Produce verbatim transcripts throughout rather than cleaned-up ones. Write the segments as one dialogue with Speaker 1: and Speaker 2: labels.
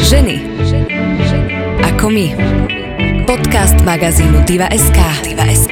Speaker 1: Ženy ako my. Podcast magazínu Diva.sk. Diva.sk.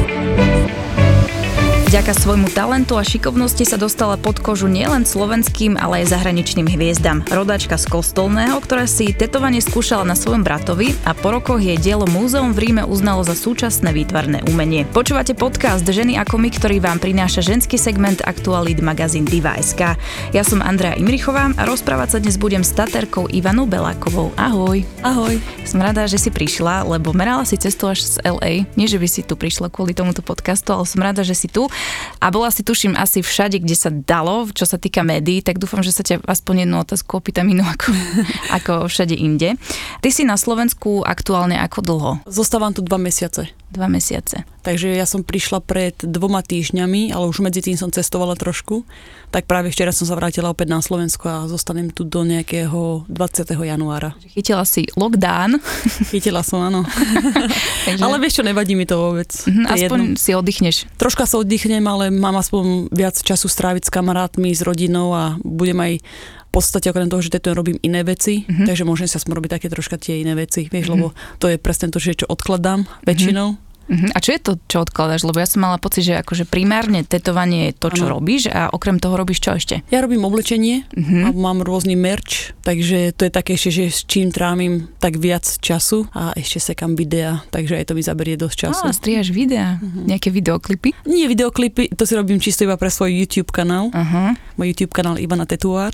Speaker 2: Vďaka svojmu talentu a šikovnosti sa dostala pod kožu nielen slovenským, ale aj zahraničným hviezdam. Rodáčka z Kostolného, ktorá si tetovanie skúšala na svojom bratovi a po rokoch jej dielo múzeum v Ríme uznalo za súčasné výtvarné umenie. Počúvate podcast Ženy ako my, ktorý vám prináša ženský segment aktualít magazín Diva.sk. Ja som Andrea Imrichová a rozprávať sa dnes budem s Tatérkou Ivanou Belákovou. Ahoj.
Speaker 3: Ahoj.
Speaker 2: Som rada, že si prišla, lebo merala si cestu až z el ej. Nie, že by si tu prišla kvôli tomuto podcastu, ale som rada, že si tu. A bola si, tuším, asi všade, kde sa dalo, čo sa týka médií, tak dúfam, že sa ťa aspoň jednu otázku opýtam inú ako, ako všade inde. Ty si na Slovensku aktuálne ako dlho?
Speaker 3: Zostávam tu dva mesiace.
Speaker 2: Dva mesiace.
Speaker 3: Takže ja som prišla pred dvoma týždňami, ale už medzi tým som cestovala trošku. Tak práve včera som sa vrátila opäť na Slovensko a zostanem tu do nejakého dvadsiateho januára.
Speaker 2: Chytila si lockdown.
Speaker 3: Chytila som, áno.
Speaker 2: Takže...
Speaker 3: Ale vieš čo, nevadí mi to vôbec.
Speaker 2: Mm, aspoň jedno. Si oddychneš.
Speaker 3: Troška sa oddychnem, ale mám aspoň viac času stráviť s kamarátmi, s rodinou a budem aj v podstate okrem toho, že teto robím iné veci, mm-hmm. takže môžem sa robiť také troška tie iné veci, vieš, mm-hmm. lebo to je presne to, že čo odkladám väčšinou.
Speaker 2: Mm-hmm. Uh-huh. A čo je to, čo odkladáš? Lebo ja som mala pocit, že akože primárne tetovanie je to, čo ano. robíš a okrem toho robíš čo ešte?
Speaker 3: Ja robím oblečenie
Speaker 2: uh-huh.
Speaker 3: a mám rôzny merch, takže to je také ešte, že s čím trávim tak viac času a ešte sekám videa, takže aj to mi zaberie dosť času.
Speaker 2: Á, strihaš videa? Uh-huh. Nejaké videoklipy?
Speaker 3: Nie videoklipy, to si robím čisto iba pre svoj YouTube kanál.
Speaker 2: Uh-huh.
Speaker 3: Môj YouTube kanál Ivana Tattoo Art.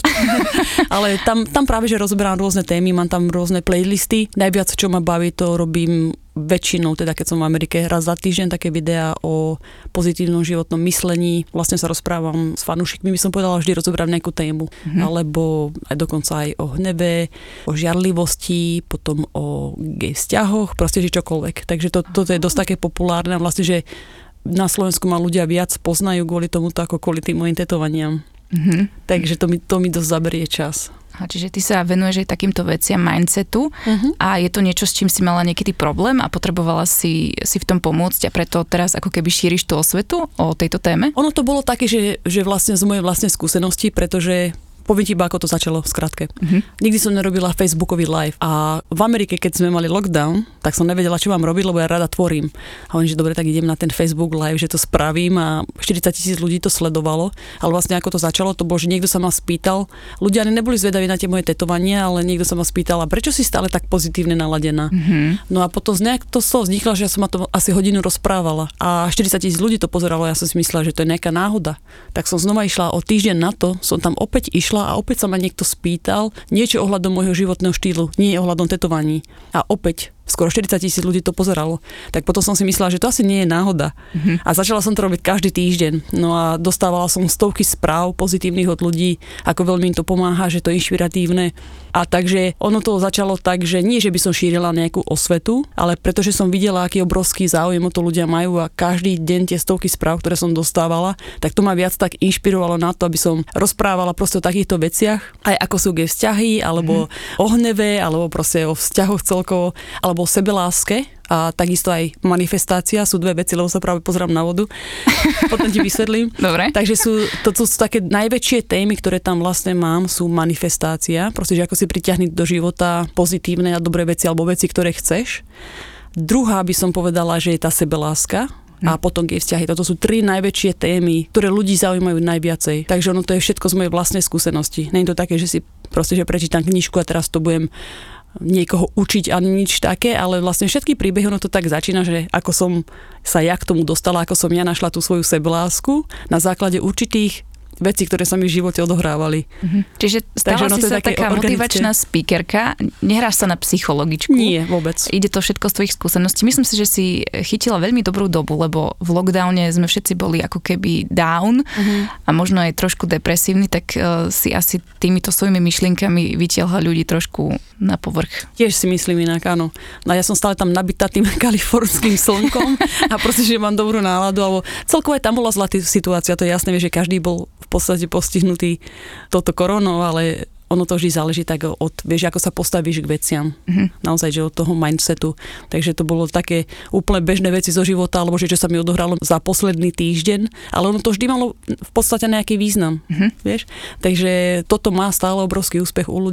Speaker 3: Ale tam, tam práve, že rozoberám rôzne témy, mám tam rôzne playlisty. Najviac, čo ma baví, to robím väčšinou, teda keď som v Amerike, raz za týždeň také videá o pozitívnom životnom myslení. Vlastne sa rozprávam s fanúšikmi, by som povedala, vždy rozoberám nejakú tému. Mm-hmm. Alebo aj dokonca aj o hneve, o žiarlivosti, potom o gay vzťahoch, proste, že čokoľvek. Takže to, toto je dosť také populárne. Vlastne, že na Slovensku ma ľudia viac poznajú kvôli tomuto, ako kvôli tým mojim tetovaniam. Mm-hmm. Takže to mi, to mi dosť zaberie čas.
Speaker 2: A čiže ty sa venuješ aj takýmto veciam mindsetu uh-huh. a je to niečo, s čím si mala niekedy problém a potrebovala si, si v tom pomôcť a preto teraz ako keby šíriš tú osvetu o tejto téme?
Speaker 3: Ono to bolo také, že, že vlastne z mojej vlastnej skúsenosti, pretože poviem ti iba, ako to začalo v skratke. Uh-huh. Nikdy som nerobila Facebookový live a v Amerike, keď sme mali lockdown, tak som nevedela, čo mám robiť, lebo ja rada tvorím. A oni, že dobre, tak idem na ten Facebook live, že to spravím a štyridsať tisíc ľudí to sledovalo. Ale vlastne ako to začalo, to bolo, že niekto sa ma spýtal, ľudia ani neboli zvedaví na tie moje tetovania, ale niekto sa ma spýtal, a prečo si stále tak pozitívne naladená? Uh-huh. No a potom nejak to slovo vzniklo, že ja som ma to asi hodinu rozprávala a štyridsať tisíc ľudí to pozeralo, ja som si myslela, že to je nejaká náhoda. Tak som znova išla o týždeň na to, som tam opäť išla a opäť sa ma niekto spýtal niečo ohľadom môjho životného štýlu, nie ohľadom tetovaní. A opäť skoro štyridsať tisíc ľudí to pozeralo. Tak potom som si myslela, že to asi nie je náhoda. Mm-hmm. A začala som to robiť každý týždeň. No a dostávala som stovky správ pozitívnych od ľudí, ako veľmi im to pomáha, že to je inšpiratívne. A takže ono to začalo tak, že nie, že by som šírila nejakú osvetu, ale pretože som videla, aký obrovský záujem o to ľudia majú a každý deň tie stovky správ, ktoré som dostávala, tak to ma viac tak inšpirovalo na to, aby som rozprávala proste o takýchto veciach, aj ako sú gay vzťahy, alebo mm-hmm. o hneve, alebo proste o vzťahoch celkovo, alebo o sebeláske a takisto aj manifestácia, sú dve veci, lebo sa práve pozerám na vodu. Potom ti vysvetlím.
Speaker 2: Dobre.
Speaker 3: Takže sú, to sú také najväčšie témy, ktoré tam vlastne mám, sú manifestácia, proste, že ako si pritiahnuť do života pozitívne a dobré veci, alebo veci, ktoré chceš. Druhá by som povedala, že je tá sebeláska. A potom gay vzťahy. Toto sú tri najväčšie témy, ktoré ľudí zaujímajú najviacej. Takže ono to je všetko z mojej vlastnej skúsenosti. Nie je to také, že si proste, že prečítam knižku a teraz to budem niekoho učiť ani nič také, ale vlastne všetky príbehy, ono to tak začína, že ako som sa ja k tomu dostala, ako som ja našla tú svoju sebelásku na základe určitých veci, ktoré sa mi v živote odohrávali.
Speaker 2: Mhm. Čiže stala si sa taká organické motivačná speakerka, nehráš sa na psychologičku.
Speaker 3: Nie, vôbec.
Speaker 2: Ide to všetko z tvojich skúseností. Myslím si, že si chytila veľmi dobrú dobu, lebo v lockdowne sme všetci boli ako keby down uh-huh. a možno aj trošku depresívni, tak uh, si asi týmito svojimi myšlienkami vytiahla ľudí trošku na povrch.
Speaker 3: Tiež si myslím inak, áno. No ja som stále tam nabitá tým kalifornským slnkom a proste, že mám dobrú náladu, alebo celkovo aj tam bola zlatá situácia, to je jasné, že každý bol v podstate postihnutý touto koronou, ale ono to vždy záleží tak od, vieš, ako sa postavíš k veciam. Mm-hmm. Naozaj, že od toho mindsetu. Takže to bolo také úplne bežné veci zo života, alebo že čo sa mi odohralo za posledný týždeň, ale ono to vždy malo v podstate nejaký význam. Mm-hmm. Vieš? Takže toto má stále obrovský úspech u ľudí.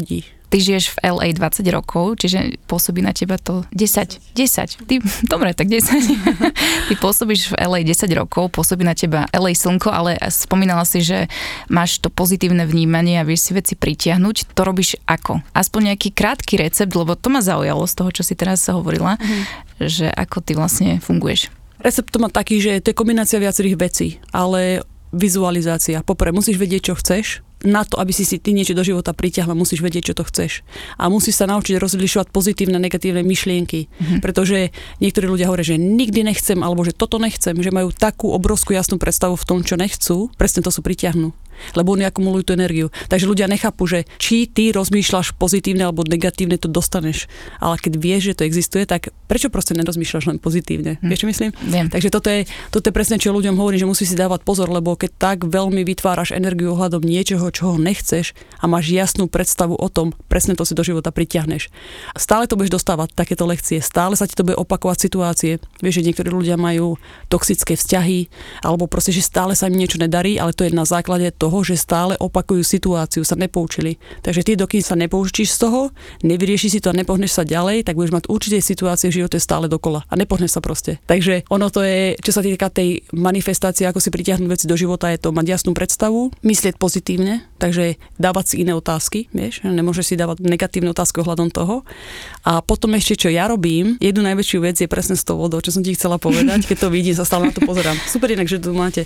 Speaker 2: ty žiješ v el ej dvadsať rokov, čiže pôsobí na teba to desať. desať. Ty, dobre, tak desať. Ty pôsobíš v el ej desať rokov, pôsobí na teba el ej slnko, ale spomínala si, že máš to pozitívne vnímanie a vieš si veci pritiahnuť. To robíš ako? Aspoň nejaký krátky recept, lebo to ma zaujalo z toho, čo si teraz hovorila, mm. že ako ty vlastne funguješ.
Speaker 3: Recept to má taký, že to je kombinácia viacerých vecí, ale vizualizácia. Poprvé musíš vedieť, čo chceš. Na to, aby si si ty niečo do života pritiahla, musíš vedieť, čo to chceš. A musíš sa naučiť rozlišovať pozitívne a negatívne myšlienky. Mm-hmm. Pretože niektorí ľudia hovoria, že nikdy nechcem, alebo že toto nechcem, že majú takú obrovskú jasnú predstavu v tom, čo nechcú, presne to sú pritiahnu. Lebo oni akumulujú tú energiu. Takže ľudia nechápu, že či ty rozmýšľaš pozitívne alebo negatívne, to dostaneš. Ale keď vieš, že to existuje, tak prečo proste nerozmýšľaš len pozitívne? Hm. Vieš, čo myslím?
Speaker 2: Viem.
Speaker 3: Takže toto je, toto je presne, čo ľuďom hovorím, že musíš si dávať pozor, lebo keď tak veľmi vytváraš energiu ohľadom niečoho, čoho nechceš a máš jasnú predstavu o tom, presne to si do života pritiahneš. Stále to budeš dostávať takéto lekcie, stále sa ti to bude opakovať situácie. Vieš, že niektorí ľudia majú toxické vzťahy, alebo proste, že stále sa im niečo nedarí, ale to je na základe toho, že stále opakujú situáciu, sa nepoučili. Takže ty, dokým sa nepoučíš z toho, nevyriešiš si to a nepohneš sa ďalej, tak budeš mať určité situácie v živote stále dokola a nepohneš sa proste. Takže ono to je, čo sa týka tej manifestácie, ako si pritiahnuť veci do života, je to mať jasnú predstavu, myslieť pozitívne, takže dávať si iné otázky, vieš, nemôžeš si dávať negatívne otázky ohľadom toho. A potom ešte, čo ja robím, jednu najväčšiu vec je presne s tou vodou, čo som ti chcela povedať, keď to vidím, sa stále na to pozerám. Super inak, že tu máte.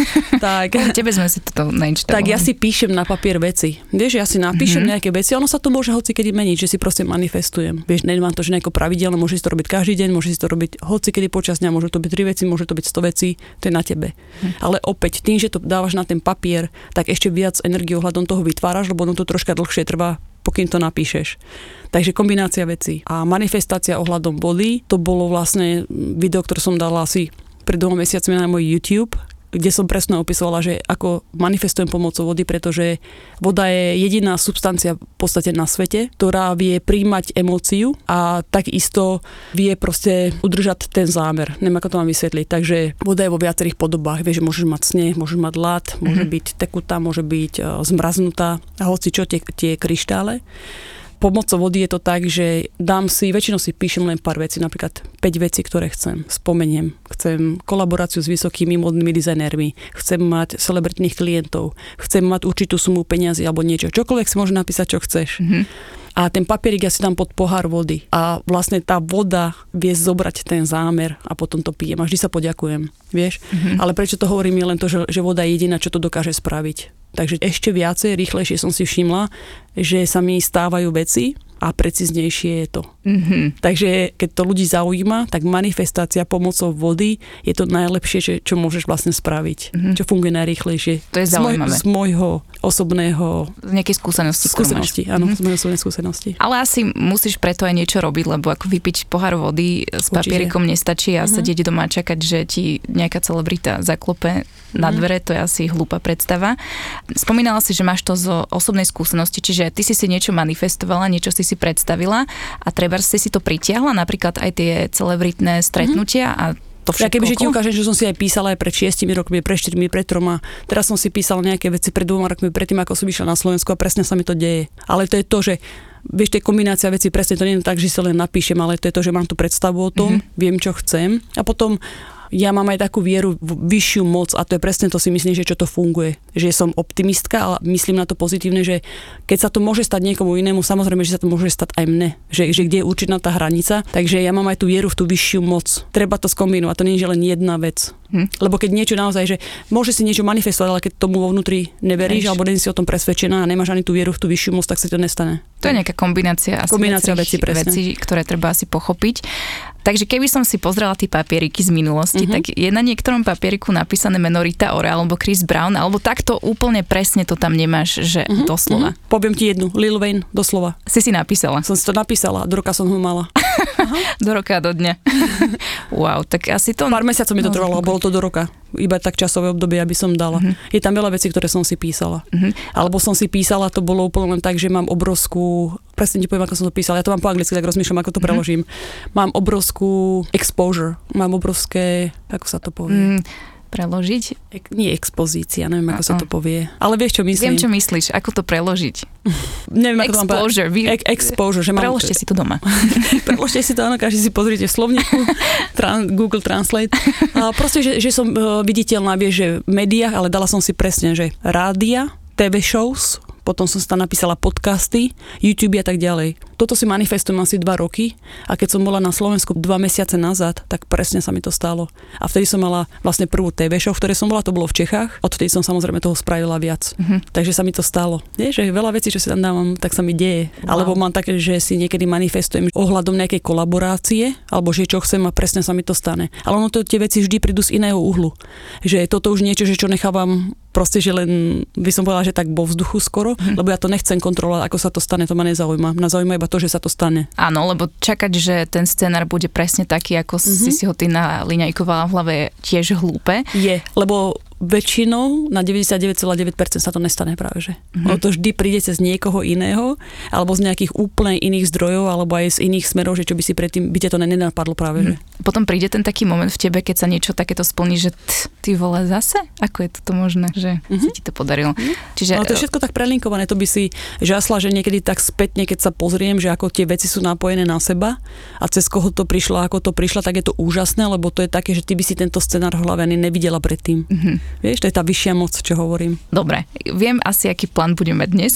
Speaker 3: Tak.
Speaker 2: Tebe sme si toto
Speaker 3: Tak ja si píšem na papier veci. Vieš, ja si napíšem mm-hmm. nejaké veci, ono sa to môže hocikedy meniť, že si proste manifestujem. Vieš, nemám to, že nejako pravidelne, môžeš si to robiť každý deň, môžeš si to robiť hocikedy počas dňa, môže to byť tri veci, môže to byť sto vecí, to je na tebe. Mm. Ale opäť, tým, že to dávaš na ten papier, tak ešte viac energie ohľadom toho vytváraš, lebo ono to troška dlhšie trvá, pokým to napíšeš. Takže kombinácia vecí. A manifestácia ohľadom vody, to bolo vlastne video, ktoré som dala asi pred dvoma mesiacmi na môj YouTube, kde som presne opisovala, že ako manifestujem pomocou vody, pretože voda je jediná substancia v podstate na svete, ktorá vie príjmať emóciu a takisto vie proste udržať ten zámer. Neviem, ako to mám vysvetliť. Takže voda je vo viacerých podobách. Vieš, že môžeš mať sneh, môžeš mať ľad, môže mm-hmm. byť tekutá, môže byť uh, zmraznutá a hoci čo tie, tie kryštále. Pomocou vody je to tak, že dám si, väčšinou si píšem len pár vecí, napríklad päť vecí, ktoré chcem. Spomeniem. Chcem kolaboráciu s vysokými modnými dizajnérmi, chcem mať celebritných klientov, chcem mať určitú sumu peňazí alebo niečo. Čokoľvek si môže napísať, čo chceš. Mm-hmm. A ten papierik ja si dám pod pohár vody. A vlastne tá voda vie zobrať ten zámer a potom to pijem. A vždy sa poďakujem. Vieš? Mm-hmm. Ale prečo to hovorím je len to, že, že voda je jediná, čo to dokáže spraviť. Takže ešte viacej, rýchlejšie som si všimla, že sa mi stávajú veci a precíznejšie je to. Mm-hmm. Takže keď to ľudí zaujíma, tak manifestácia pomocou vody je to najlepšie, čo, čo môžeš vlastne spraviť. Mm-hmm. Čo funguje najrýchlejšie.
Speaker 2: To je zaujímavé.
Speaker 3: Z, môj, z môjho osobného...
Speaker 2: Z nejakej skúsenosti.
Speaker 3: Skúsenosti, áno, mm-hmm. z mojej osobnej skúsenosti.
Speaker 2: Ale asi musíš preto aj niečo robiť, lebo ako vypiť pohár vody s papierikom nestačí a mm-hmm. sedieť doma a čakať, že ti nejaká celebrita zaklope na dvere, to je asi hlúpa predstava. Spomínala si, že máš to zo osobnej skúsenosti, čiže ty si si niečo manifestovala, niečo si si predstavila a treba si si to pritiahla, napríklad aj tie celebritné stretnutia a to všetko. Ja kebyže
Speaker 3: ti ukážem, že som si aj písala aj pred šiestimi rokmi, pred štyrmi, pred troma. Teraz som si písala nejaké veci pred dvoma rokmi, predtým ako som išla na Slovensku a presne sa mi to deje. Ale to je to, že vieš, to je kombinácia vecí, presne to nie je tak, že si len napíšem, ale to je to, že mám tú predstavu o tom, mm-hmm. viem, čo chcem a potom ja mám aj takú vieru v vyššiu moc a to je presne to, si myslím, že čo to funguje. Že som optimistka, ale myslím na to pozitívne, že keď sa to môže stať niekomu inému, samozrejme, že sa to môže stať aj mne. Že, že kde je určitá tá hranica. Takže ja mám aj tú vieru v tú vyššiu moc. Treba to skombinovať, to nie je len jedna vec. Hm. Lebo keď niečo naozaj, že môže si niečo manifestovať, ale keď tomu vo vnútri neveríš, Než. alebo nie si o tom presvedčená a nemáš ani tú vieru v tú vyššiu moc, tak sa to nestane.
Speaker 2: To je nejaká kombinácia,
Speaker 3: kombinácia vecí,
Speaker 2: vecí, ktoré treba asi pochopiť. Takže keby som si pozrela tie papieriky z minulosti, uh-huh. tak je na niektorom papieriku napísané meno Rita Ora alebo Chris Brown, alebo takto úplne presne to tam nemáš, že uh-huh. doslova.
Speaker 3: Uh-huh. Poviem ti jednu, Lil Wayne, doslova.
Speaker 2: Si si napísala?
Speaker 3: Som si to napísala, do roka som ho mala.
Speaker 2: Do roka a do dňa. Wow, tak asi to...
Speaker 3: Pár mesiacov mi to trvalo, bolo to do roka. Iba tak časové obdobie, aby som dala. Uh-huh. Je tam veľa vecí, ktoré som si písala. Uh-huh. Alebo som si písala, to bolo úplne len tak, že mám obrovskú... Presne ti poviem, ako som to písala. Ja to mám po anglicky, tak rozmýšľam, ako to uh-huh. preložím. Mám obrovskú exposure. Mám obrovské... Ako sa to povie? Uh-huh.
Speaker 2: preložiť?
Speaker 3: Ek, nie expozícia, neviem, ako sa to povie. Ale vieš, čo myslím?
Speaker 2: Viem, čo myslíš. Ako to preložiť?
Speaker 3: Neviem, ako
Speaker 2: exposure.
Speaker 3: Vy... Ek, exposure. Že mám...
Speaker 2: Preložte si to doma.
Speaker 3: Preložte si to, áno, každý si pozrite v slovníku, Tran- Google Translate. A proste, že, že som uh, viditeľná, vieš, že v médiách, ale dala som si presne, že rádia, té vé shows, potom som si tam napísala podcasty, YouTube a tak ďalej. Toto si manifestujem asi dva roky a keď som bola na Slovensku dva mesiace nazad, tak presne sa mi to stalo. A vtedy som mala vlastne prvú té vé show, v ktorej som bola, to bolo v Čechách. Odtedy som samozrejme toho spravila viac. Mm-hmm. Takže sa mi to stalo. Nie, že veľa vecí, čo si tam dávam, tak sa mi deje. Wow. Alebo mám také, že si niekedy manifestujem ohľadom nejakej kolaborácie, alebo že čo chcem a presne sa mi to stane. Ale ono to tie veci vždy prídu z iného uhlu. Že toto už niečo, že čo nechávam proste, že len by som povedala, že tak vo vzduchu skoro, hm. lebo ja to nechcem kontrolovať, ako sa to stane, to ma nezaujíma. Mňa zaujíma iba to, že sa to stane.
Speaker 2: Áno, lebo čakať, že ten scenár bude presne taký, ako mm-hmm. si si ho ty naliňajkovala v hlave, tiež hlúpe.
Speaker 3: Je, lebo väčšinou na deväťdesiatdeväť celá deväť percent sa to nestane práve, že. Mm-hmm. Ono to vždy príde cez niekoho iného, alebo z nejakých úplne iných zdrojov, alebo aj z iných smerov, že čo by si predtým, by ťa to nenapadlo práve, že.
Speaker 2: Potom príde ten taký moment v tebe, keď sa niečo takéto splní, že t, ty vole zase? Ako je toto možné, že mm-hmm. sa ti to podarilo? Mm-hmm. Čiže
Speaker 3: no to je všetko tak prelinkované, to by si žasla, že niekedy tak spätne, keď sa pozriem, že ako tie veci sú napojené na seba a cez koho to prišlo, ako to prišlo, tak je to úžasné, lebo to je také, že ty by si tento scenár v hlave ani nevidela predtým. Mm-hmm. Vieš, to je tá vyššia moc, čo hovorím.
Speaker 2: Dobre, viem asi, aký plán budeme dnes,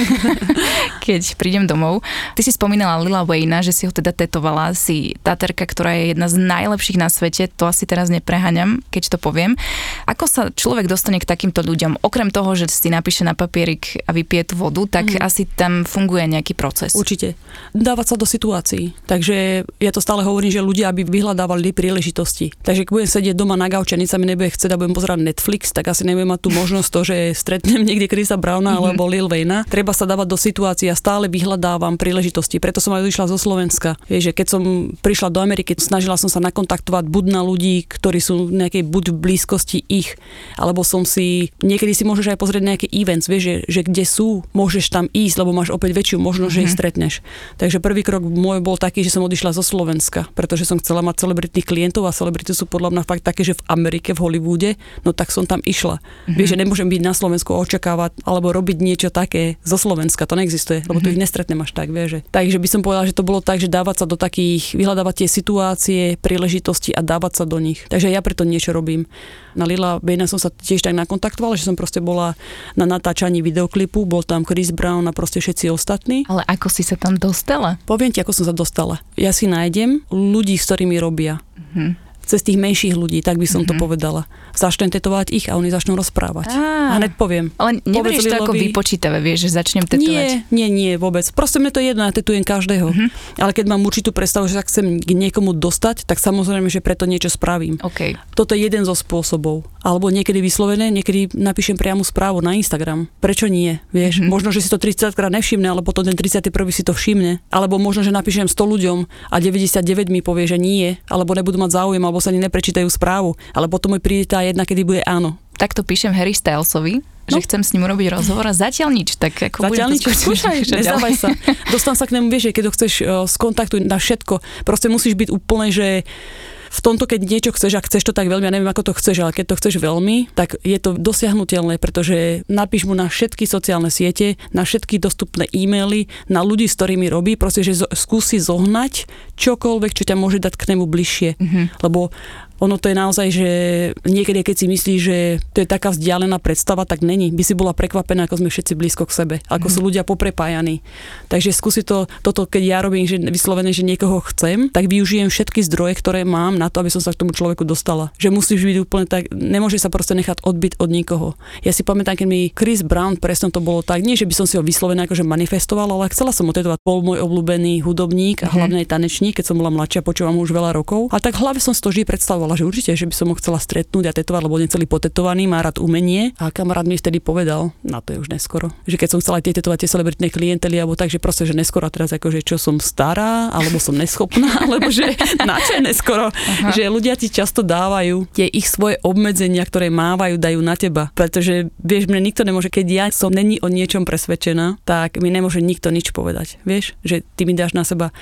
Speaker 2: keď prídem domov. Ty si spomínala Lila Wayna, že si ho teda tetovala, si táterka, ktorá je jedna z najlepších na svete, to asi teraz nepreháňam, keď to poviem. Ako sa človek dostane k takýmto ľuďom? Okrem toho, že si napíše na papierik a vypije tú vodu, tak mm. asi tam funguje nejaký proces.
Speaker 3: Určite. Dávať sa do situácií. Takže ja to stále hovorím, že ľudia, aby vyhľadávali príležitosti. Takže keď budem sedieť doma na gauči a nič sa mi nebude chcieť a budem pozerať Netflix, tak asi nebudem mať tú možnosť to, že stretnem niekde Chrisa Browna mm-hmm. alebo Lil Wayna. Treba sa dávať do situácií a stále vyhľadávam príležitosti. Preto som aj odišla zo Slovenska. Vieš, že keď som prišla do Ameriky, snažila som sa nakontaktovať buď na ľudí, ktorí sú v nejakej buď v blízkosti ich, alebo som si niekedy si môžeš aj pozrieť nejaké events, vieš, že, že kde sú, môžeš tam ísť, lebo máš opäť väčšiu možnosť, mm-hmm. že ich stretneš. Takže prvý krok môj bol taký, že som odišla zo Slovenska, pretože som chcela mať celebritných klientov a celebrity sú podľa mňa fakt také, že v Amerike, v Hollywoode, no tak som tam išla. Mm-hmm. Vieš, že nemôžem byť na Slovensku a očakávať alebo robiť niečo také zo Slovenska, to neexistuje, lebo mm-hmm. tu ich nestretnem až tak, vieš. Že. Takže by som povedala, že to bolo tak, že dávať sa do takých, vyhľadávať tie situácie, príležitosti a dávať sa do nich. Takže ja preto niečo robím. Na Lila Wayna som sa tiež tak nakontaktovala, že som proste bola na natáčaní videoklipu, bol tam Chris Brown a proste všetci ostatní.
Speaker 2: Ale ako si sa tam dostala?
Speaker 3: Poviem ti, ako som sa dostala. Ja si nájdem ľudí, s ktorými robia. Mm-hmm. Cez tých menších ľudí, tak by som mm-hmm. to povedala. Začnem tetovať ich a oni začnú rozprávať. Á, a hneď poviem.
Speaker 2: Ale neberieš to ako vypočítavé, vieš, že začnem tetovať?
Speaker 3: Nie, nie, nie, vôbec. Proste mne to je jedno, ja tetujem každého. Mm-hmm. Ale keď mám určitú predstavu, že sa chcem k niekomu dostať, tak samozrejme, že preto niečo spravím.
Speaker 2: Okay.
Speaker 3: Toto je jeden zo spôsobov. Alebo niekedy vyslovené, niekedy napíšem priamu správu na Instagram. Prečo nie? Vieš, mm-hmm. možno, že si to tridsaťkrát nevšimne, ale potom ten tridsiaty prvý si to všimne. Alebo možno, že napíšem sto ľuďom a deväťdesiatdeväť mi povie, že nie, alebo nebudú mať záujem, alebo sa ani neprečítajú správu. Ale potom mi príde tá jedna, kedy bude áno.
Speaker 2: Takto píšem Harry Stylesovi, že no. chcem s ním urobiť rozhovor a zatiaľ nič. Tak ako
Speaker 3: zatiaľ nič, skúšaj, nezdávaj sa. Dostan sa k nemu, vieš, keď ho chceš uh, skontaktuj na všetko. Proste musíš byť úplne, že v tomto, keď niečo chceš, ak chceš to tak veľmi, ja neviem, ako to chceš, ale keď to chceš veľmi, tak je to dosiahnuteľné, pretože napíš mu na všetky sociálne siete, na všetky dostupné e-maily, na ľudí, s ktorými robí, proste, že zo, skúsi zohnať čokoľvek, čo ťa môže dať k nemu bližšie. Mm-hmm. Lebo ono to je naozaj, že niekedy, keď si myslíš, že to je taká vzdialená predstava, tak není. By si bola prekvapená, ako sme všetci blízko k sebe, ako mm. sú ľudia poprepájaní. Takže skúsi to, toto, keď ja robím, že vyslovene, že niekoho chcem, tak využijem všetky zdroje, ktoré mám na to, aby som sa k tomu človeku dostala. Že musíš byť úplne tak, nemôže sa proste nechať odbiť od nikoho. Ja si pamätám, keď mi Chris Brown, presne to bolo tak, nie že by som si ho vyslovene akože manifestovala, ale chcela som ho tetovať. Bol môj obľúbený hudobník a mm. hlavne aj tanečník, keď som bola mladšia, počúvam už veľa rokov. A tak v hlave som si to vždy predstavovala, že určite, že by som ho chcela stretnúť a tetovať, lebo on je celý potetovaný, má rád umenie. A kamarát mi vtedy povedal, na to je už neskoro, že keď som chcela tie tetovať tie celebritné klientely, alebo tak, že proste, že neskoro, a teraz akože čo som stará, alebo som neschopná, alebo že na čo je neskoro. Aha. Že ľudia ti často dávajú tie ich svoje obmedzenia, ktoré mávajú, dajú na teba. Pretože vieš, mne nikto nemôže, keď ja som není o niečom presvedčená, tak mi nemôže nikto nič povedať. Vieš, že ty mi dáš na seba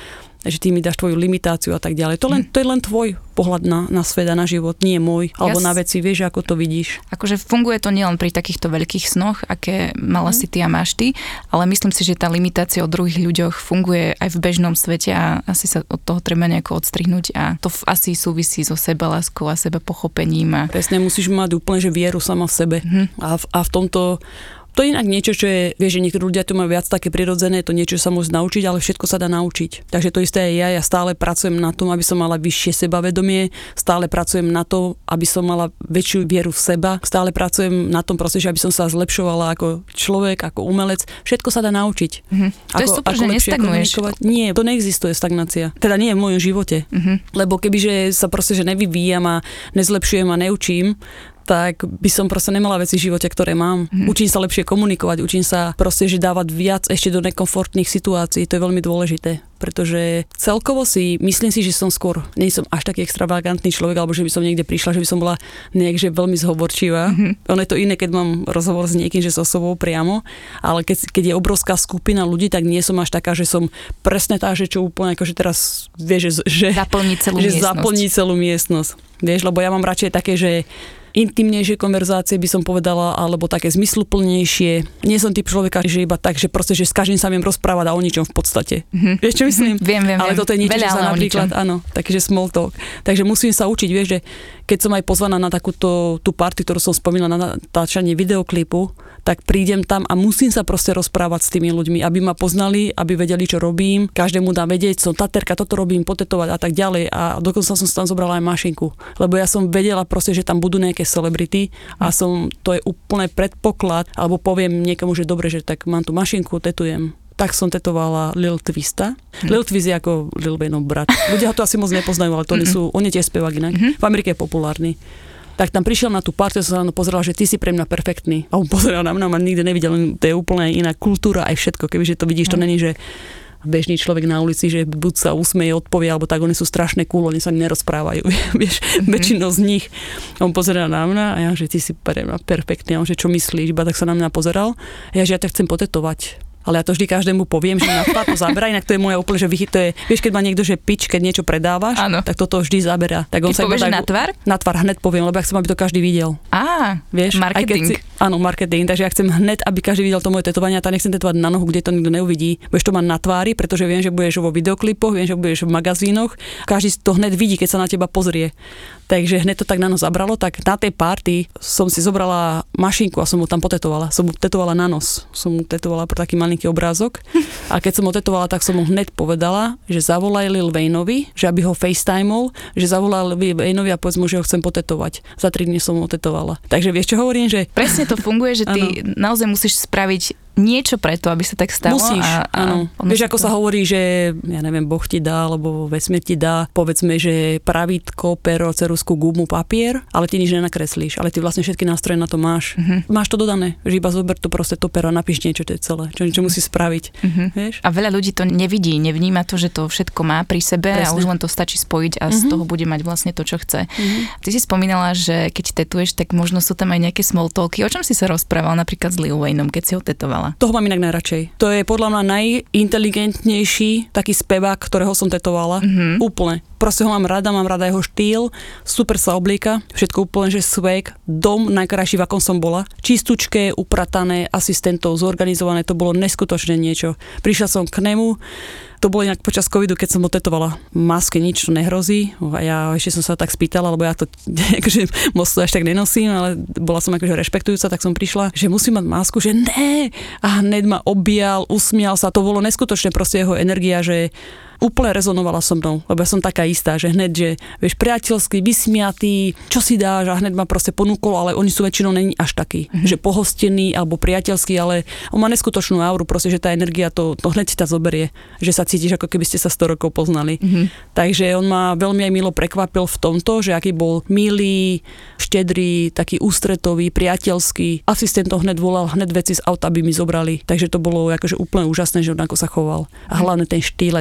Speaker 3: že ty mi dáš tvoju limitáciu a tak ďalej. To, len, to je len tvoj pohľad na, na svet a na život, nie môj, alebo
Speaker 2: Jas...
Speaker 3: na veci, vieš, ako to vidíš.
Speaker 2: Akože funguje to nielen pri takýchto veľkých snoch, aké mala mm. si ty a máš ty, ale myslím si, že tá limitácia o druhých ľuďoch funguje aj v bežnom svete a asi sa od toho treba nejako odstrihnúť a to asi súvisí so sebaláskou a sebapochopením. A...
Speaker 3: Presne, musíš mať úplne že vieru sama v sebe mm. a, v, a v tomto. To je inak niečo, čo je, vieš, že niektorí ľudia to majú viac také prirodzené, to niečo sa môže naučiť, ale všetko sa dá naučiť. Takže to isté aj ja, ja stále pracujem na tom, aby som mala vyššie sebavedomie, stále pracujem na to, aby som mala väčšiu vieru v seba, stále pracujem na tom proste, že aby som sa zlepšovala ako človek, ako umelec. Všetko sa dá naučiť.
Speaker 2: Mm-hmm. To
Speaker 3: ako,
Speaker 2: je super, že nestagnuješ.
Speaker 3: Nie, to neexistuje stagnácia. Teda nie v mojom živote. Mm-hmm. Lebo kebyže sa proste, že nevyvíjam a nezlepšujem a neučím, tak by som proste nemala veci v živote, ktoré mám. Mm. Učím sa lepšie komunikovať, učím sa proste, že dávať viac ešte do nekomfortných situácií, to je veľmi dôležité, pretože celkovo si, myslím si, že som skôr, nie som až taký extravagantný človek, alebo že by som niekde prišla, že by som bola nejak, že veľmi zhovorčivá. Mm-hmm. Ono je to iné, keď mám rozhovor s niekým, že s osobou priamo, ale keď, keď je obrovská skupina ľudí, tak nie som až taká, že som presne tá, že čo úplne akože teraz, vieš, že,
Speaker 2: zaplní celú
Speaker 3: že
Speaker 2: miestnosť.
Speaker 3: zaplní celú miestnosť. Vieš, lebo ja mám radšej také, že intimnejšie konverzácie by som povedala, alebo také zmysluplnejšie. Nie som typ človeka, že iba tak, že proste, že s každým sa viem rozprávať a o ničom v podstate. Mm-hmm. Vieš, čo myslím?
Speaker 2: Viem, viem,
Speaker 3: ale
Speaker 2: viem.
Speaker 3: toto je niečo,
Speaker 2: Veľa,
Speaker 3: čo sa napríklad, áno, takže small talk. Takže musím sa učiť, vieš, že keď som aj pozvaná na takúto tú party, ktorú som spomínala na natáčanie videoklipu, tak prídem tam a musím sa proste rozprávať s tými ľuďmi, aby ma poznali, aby vedeli, čo robím. Každému dám vedieť, som taterka, toto robím, potetovať a tak ďalej. A dokonca som si tam zobrala aj mašinku, lebo ja som vedela proste, že tam budú nejaké celebrity a som, to je úplne predpoklad, alebo poviem niekomu, že dobre, že tak mám tu mašinku, tetujem. Tak som tetovala Lil Twista. Mm. Lil Twist je ako Lil Wayneov brat. Ľudia ho to asi moc nepoznajú, ale to nie sú, on je tiež spevák inak. Mm-hmm. V Amerike je populárny. Tak tam prišiel na tú partiu, som sa na pozerala, že ty si pre mňa perfektný. A on pozeral na mňa, ma nikdy nevidel, to je úplne iná kultúra aj všetko. Kebyže to vidíš, to není, že bežný človek na ulici, že buď sa usmeje, odpovie, alebo tak, oni sú strašné cool, oni sa nerozprávajú, vieš, mm-hmm. väčšinou z nich. A on pozeral na mňa a ja, že ty si pre mňa perfektný, a on, že čo myslíš, iba tak sa na mňa pozeral. A ja, že ja ťa chcem potetovať. Ale ja to vždy každému poviem, že na to zabera, inak to je moje úplne, že vychy, to je, vieš, keď má niekto, že pič, keď niečo predávaš, ano. Tak toto vždy zabera. Tak on
Speaker 2: keď
Speaker 3: sa
Speaker 2: povieš,
Speaker 3: tak,
Speaker 2: na tvár?
Speaker 3: Na tvár hneď poviem, lebo ja chcem, aby to každý videl.
Speaker 2: Á,
Speaker 3: vieš,
Speaker 2: marketing.
Speaker 3: Si, áno, marketing, takže ja chcem hneď, aby každý videl to moje tetovanie, a tá nechcem tetovať na nohu, kde to nikto neuvidí. Budeš to mať na tvári, pretože viem, že budeš vo videoklipoch, viem, že budeš v magazínoch, každý to hneď vidí, keď sa na teba pozrie. Takže hneď to tak na nos zabralo, tak na tej party som si zobrala mašinku a som mu tam potetovala. Som mu tetovala na nos. Som mu tetovala pro taký malinký obrázok. A keď som ho tetovala, tak som mu hneď povedala, že zavolaj Lil Wayneovi, že aby ho FaceTimeol, že zavolaj Lil Wayneovi a povedz mu, že ho chcem potetovať. Za tri dni som ho tetovala. Takže vieš, čo hovorím, že...
Speaker 2: Presne to funguje, že ty naozaj musíš spraviť niečo preto, aby sa tak stalo.
Speaker 3: Musíš,
Speaker 2: a, a
Speaker 3: áno. Vieš, ako to... sa hovorí, že ja neviem, Boh ti dá, alebo vesmír ti dá, povedzme, že pravítko, pero, ceruzku, gumu, papier, ale ty nič nenakreslíš, ale ty vlastne všetky nástroje na to máš. Uh-huh. Máš to dodané, že iba zober to proste to pero, napíš niečo, to je celé, čo, čo musíš spraviť. Uh-huh. Vieš?
Speaker 2: A veľa ľudí to nevidí, nevníma to, že to všetko má pri sebe. Presne. A už len to stačí spojiť a uh-huh. z toho bude mať vlastne to, čo chce. Uh-huh. Ty si spomínala, že keď tetuješ, tak možno sú tam aj nejaké small talky. O čom si sa rozprával napríklad s Lil Wayneom, keď si ho tetovala?
Speaker 3: Toho mám inak najradšej. To je podľa mňa najinteligentnejší taký spevák, ktorého som tetovala. Mm-hmm. Úplne. Proste ho mám rada, mám rada jeho štýl, super sa oblieka, všetko úplne, že swag, dom najkrajší, v akom som bola. Čistúčké, upratané, asistentov, zorganizované, to bolo neskutočné niečo. Prišla som k nemu, to bolo inak počas covidu, keď som ho tetovala. Maske, nič to nehrozí. A ja ešte som sa tak spýtala, lebo ja to akože moc to až tak nenosím, ale bola som akože rešpektujúca, tak som prišla, že musím mať masku, že ne. A hneď ma objal, usmial sa. To bolo neskutočné, proste jeho energia, že úplne rezonovala so mnou, lebo ja som taká istá, že hneď, že vieš, priateľský, vysmiatý, čo si dáš, a hneď ma proste ponúkol, ale oni sú väčšinou není až takí, mm-hmm. že pohostení alebo priateľský, ale on má neskutočnú auru, proste, že tá energia to, to hneď ťa zoberie, že sa cítiš, ako keby ste sa sto rokov poznali. Mm-hmm. Takže on ma veľmi aj milo prekvapil v tomto, že aký bol milý, štedrý, taký ústretový, priateľský. Asistent to hneď volal, hneď veci z auta by mi zobrali, takže to bolo akože úplne úžasné, že on ako sa choval. A hlavne ten štýl, aj to sa mi páči.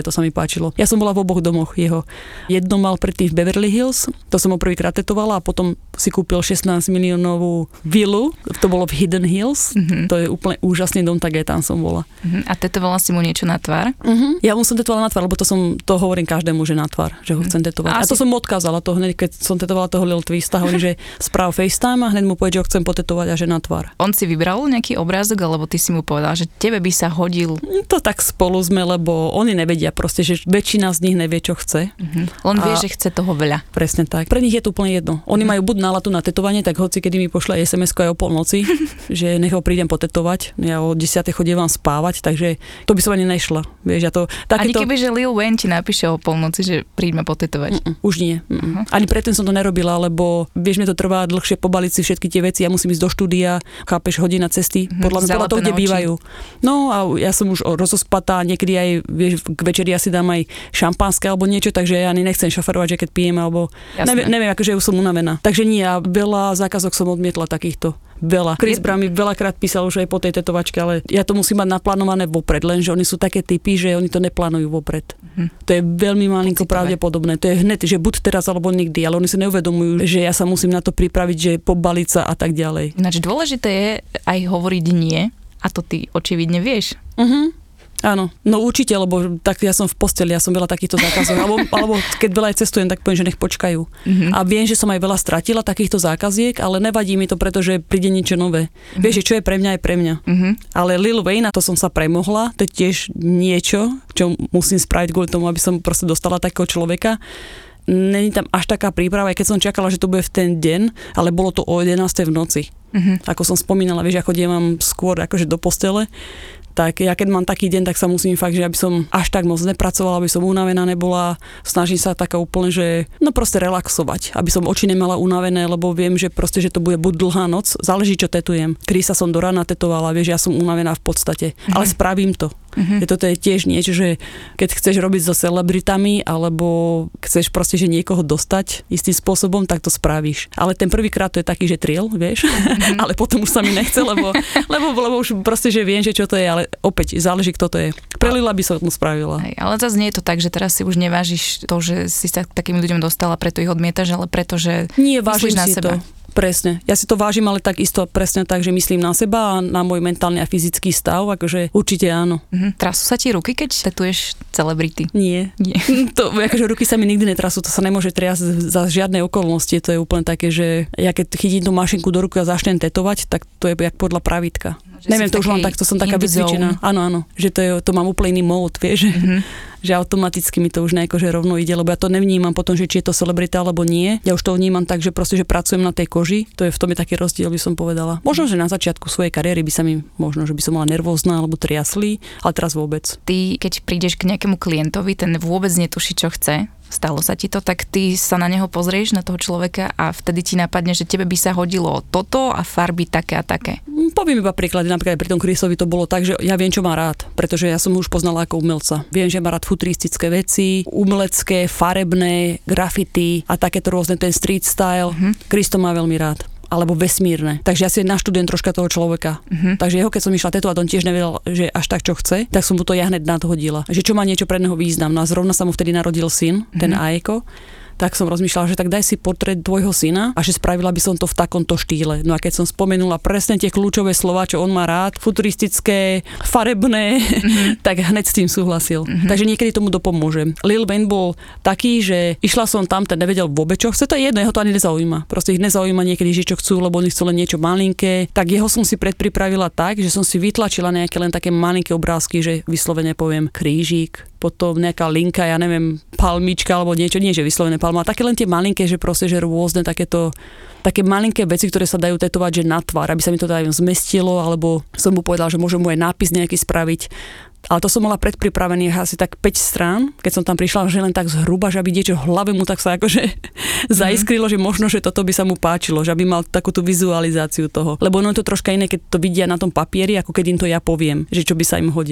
Speaker 3: páčilo. Ja som bola v oboch domoch jeho. Jedno mal predtým v Beverly Hills, to som ho prvýkrát tetovala a potom si kúpil šestnásť miliónovú vilu, to bolo v Hidden Hills, mm-hmm. to je úplne úžasný dom, tak aj tam som bola.
Speaker 2: Mm-hmm. A tetovala si mu niečo na tvár?
Speaker 3: Mm-hmm. Ja mu som tetovala na tvár, lebo to som, to hovorím každému, že na tvár, že ho chcem tetovať. A, a to som mu odkázala, to hneď, keď som tetovala toho Lil Twista, hovorím, že správ FaceTime a hneď mu povedal, že ho chcem potetovať a že na tvár.
Speaker 2: On si vybral nejaký obrázok, alebo ty si mu povedal, že tebe by sa hodil?
Speaker 3: To tak spolu sme, lebo oni nevedia proste, že väčšina z nich nevie, čo chce.
Speaker 2: Mm-hmm. On vie,
Speaker 3: a...
Speaker 2: že chce toho veľa.
Speaker 3: Presne tak. Pre nich je to úplne jedno. Oni mm-hmm. majú buď náladu na tetovanie, tak hoci kedy mi pošle es em esko aj o polnoci, že nech ho prídem potetovať. Ja o desiatej chodím vám spávať, takže to by som ani nešla. Vieš, ja to,
Speaker 2: Ani
Speaker 3: takéto...
Speaker 2: keby, že Lil Wayne ti napíše o polnoci, že príďme potetovať.
Speaker 3: Mm-mm, už nie. Uh-huh. Ani predtým som to nerobila, lebo vieš, mi to trvá dlhšie pobaliť si všetky tie veci. Ja musím ísť do štúdia, chápeš, hodina cesty, mm-hmm. podľa, podľa toho, kde bývajú. No a ja som už rozospatá, niekedy aj, vieš, k večeri ja si dám aj šampanské alebo niečo, takže ja ani nechcem šoferovať, že keď pijem, alebo neviem, neviem, akože už som unavená. Takže nie, a veľa zákazok som odmietla takýchto. Veľa. Chris Brown mi veľakrát písal už aj po tej tetovačke, ale ja to musím mať naplánované vopred, lenže oni sú také typy, že oni to neplánujú vopred. Mm-hmm. To je veľmi malinko pravdepodobné. To je hneď, že buď teraz alebo nikdy, ale oni si neuvedomujú, že ja sa musím na to pripraviť, že pobaliť sa a tak ďalej.
Speaker 2: Ináč dôležité je aj hovoriť nie, a to ty očividne vieš.
Speaker 3: Mhm. Áno, no určite, lebo tak ja som v posteli, ja som veľa takýchto zákazov, alebo, alebo keď veľa aj cestujem, tak poviem, že nech počkajú. Mm-hmm. A viem, že som aj veľa stratila takýchto zákaziek, ale nevadí mi to, pretože príde niečo nové. Mm-hmm. Vieš, že čo je pre mňa, je pre mňa. Mm-hmm. Ale Lil Wayne, to som sa premohla, to je tiež niečo, čo musím spraviť kvôli tomu, aby som proste dostala takého človeka. Není tam až taká príprava, aj keď som čakala, že to bude v ten deň, ale bolo to o jedenástej v noci. Mm-hmm. Ako som spomínala, vieš, ako idem skôr akože do postele, tak ja keď mám taký deň, tak sa musím fakt, že aby som až tak moc nepracovala, aby som unavená nebola, snažím sa taká úplne, že no proste relaxovať, aby som oči nemala unavené, lebo viem, že proste, že to bude buď dlhá noc, záleží, čo tetujem. Krisa som do rána tetovala, vieš, ja som unavená v podstate, mm-hmm. ale spravím to. Mm-hmm. Toto je tiež niečo, že keď chceš robiť so celebritami, alebo chceš proste, že niekoho dostať istým spôsobom, tak to spravíš. Ale ten prvýkrát to je taký, že triel, vieš, mm-hmm. ale potom už sa mi nechce, lebo, lebo, lebo už proste, že viem, že čo to je, ale opäť záleží, kto to je. Prelila by som to spravila.
Speaker 2: Aj, ale zase nie je to tak, že teraz si už nevážiš to, že si sa takým ľuďom dostala, preto ich odmietaš, ale preto, že
Speaker 3: nie, vážim
Speaker 2: na
Speaker 3: si
Speaker 2: seba.
Speaker 3: To. Presne. Ja si to vážim, ale takisto presne tak, že myslím na seba a na môj mentálny a fyzický stav, akože určite áno.
Speaker 2: Mhm. Trasú sa ti ruky, keď tetuješ celebrity?
Speaker 3: Nie.
Speaker 2: Nie.
Speaker 3: To, akože ruky sa mi nikdy netrasú, to sa nemôže triasť za žiadne okolnosti. To je úplne také, že ja keď chytím tú mašinku do ruky a začnem tetovať, tak to je jak podľa pravítka.
Speaker 2: Že
Speaker 3: neviem, to už mám tak, to som taká vycvičená. Áno, áno, že to, je, to mám úplne iný mód, vieš, mm-hmm. že automaticky mi to už nejako, že rovno ide, lebo ja to nevnímam potom, že či je to celebrita alebo nie. Ja už to vnímam tak, že proste, že pracujem na tej koži, to je v tom je taký rozdiel, by som povedala. Možno, že na začiatku svojej kariéry by sa mi, možno, že by som bola nervózna alebo triaslý, ale teraz vôbec.
Speaker 2: Ty, keď prídeš k nejakému klientovi, ten vôbec netuší, čo chce, stalo sa ti to, tak ty sa na neho pozrieš, na toho človeka a vtedy ti napadne, že tebe by sa hodilo toto a farby také a také.
Speaker 3: Poviem iba príklady, napríklad pri tom Chrisovi to bolo tak, že ja viem, čo má rád, pretože ja som ho už poznala ako umelca. Viem, že má rád futuristické veci, umelecké, farebné, graffiti a takéto rôzne, ten street style. Mm-hmm. Chris to má veľmi rád. Alebo vesmírne. Takže ja si naštudujem troška toho človeka. Uh-huh. Takže jeho, keď som išla tetovať, on tiež nevedel, že až tak, čo chce, tak som mu to ja hneď nadhodila. Že čo má niečo pre neho význam. No a zrovna sa mu vtedy narodil syn, uh-huh. ten Aiko. Tak som rozmýšľala, že tak daj si portrét tvojho syna a že spravila by som to v takomto štýle. No a keď som spomenula presne tie kľúčové slova, čo on má rád, futuristické, farebné, mm-hmm. tak hneď s tým súhlasil. Mm-hmm. Takže niekedy tomu dopomôžem. Lil Wayne bol taký, že išla som tam, ten nevedel vôbec, čo chce, to je jedno, jeho to ani nezaujíma. Proste ich nezaujíma niekedy, že čo chcú, lebo oni chcú len niečo malinké. Tak jeho som si predpripravila tak, že som si vytlačila nejaké len také malinké obrázky, že vyslovene poviem krížik, potom nejaká linka, ja neviem, palmička alebo niečo, nie že vyslovené palma, také len tie malinké, že proste, že rôzne takéto, také malinké veci, ktoré sa dajú tetovať, že na tvár, aby sa mi to aj zmestilo, alebo som mu povedal, že môžem mu aj nápis nejaký spraviť. Ale to som mala predpripravených asi tak päť strán, keď som tam prišla, že len tak zhruba, že aby niečo v hlave mu tak sa akože mm-hmm. zaiskrilo, že možno, že toto by sa mu páčilo, že aby mal takú tú vizualizáciu toho. Lebo ono je to troška iné, keď to vidia na tom papieri, ako keď im to ja poviem, že čo by sa im hodilo.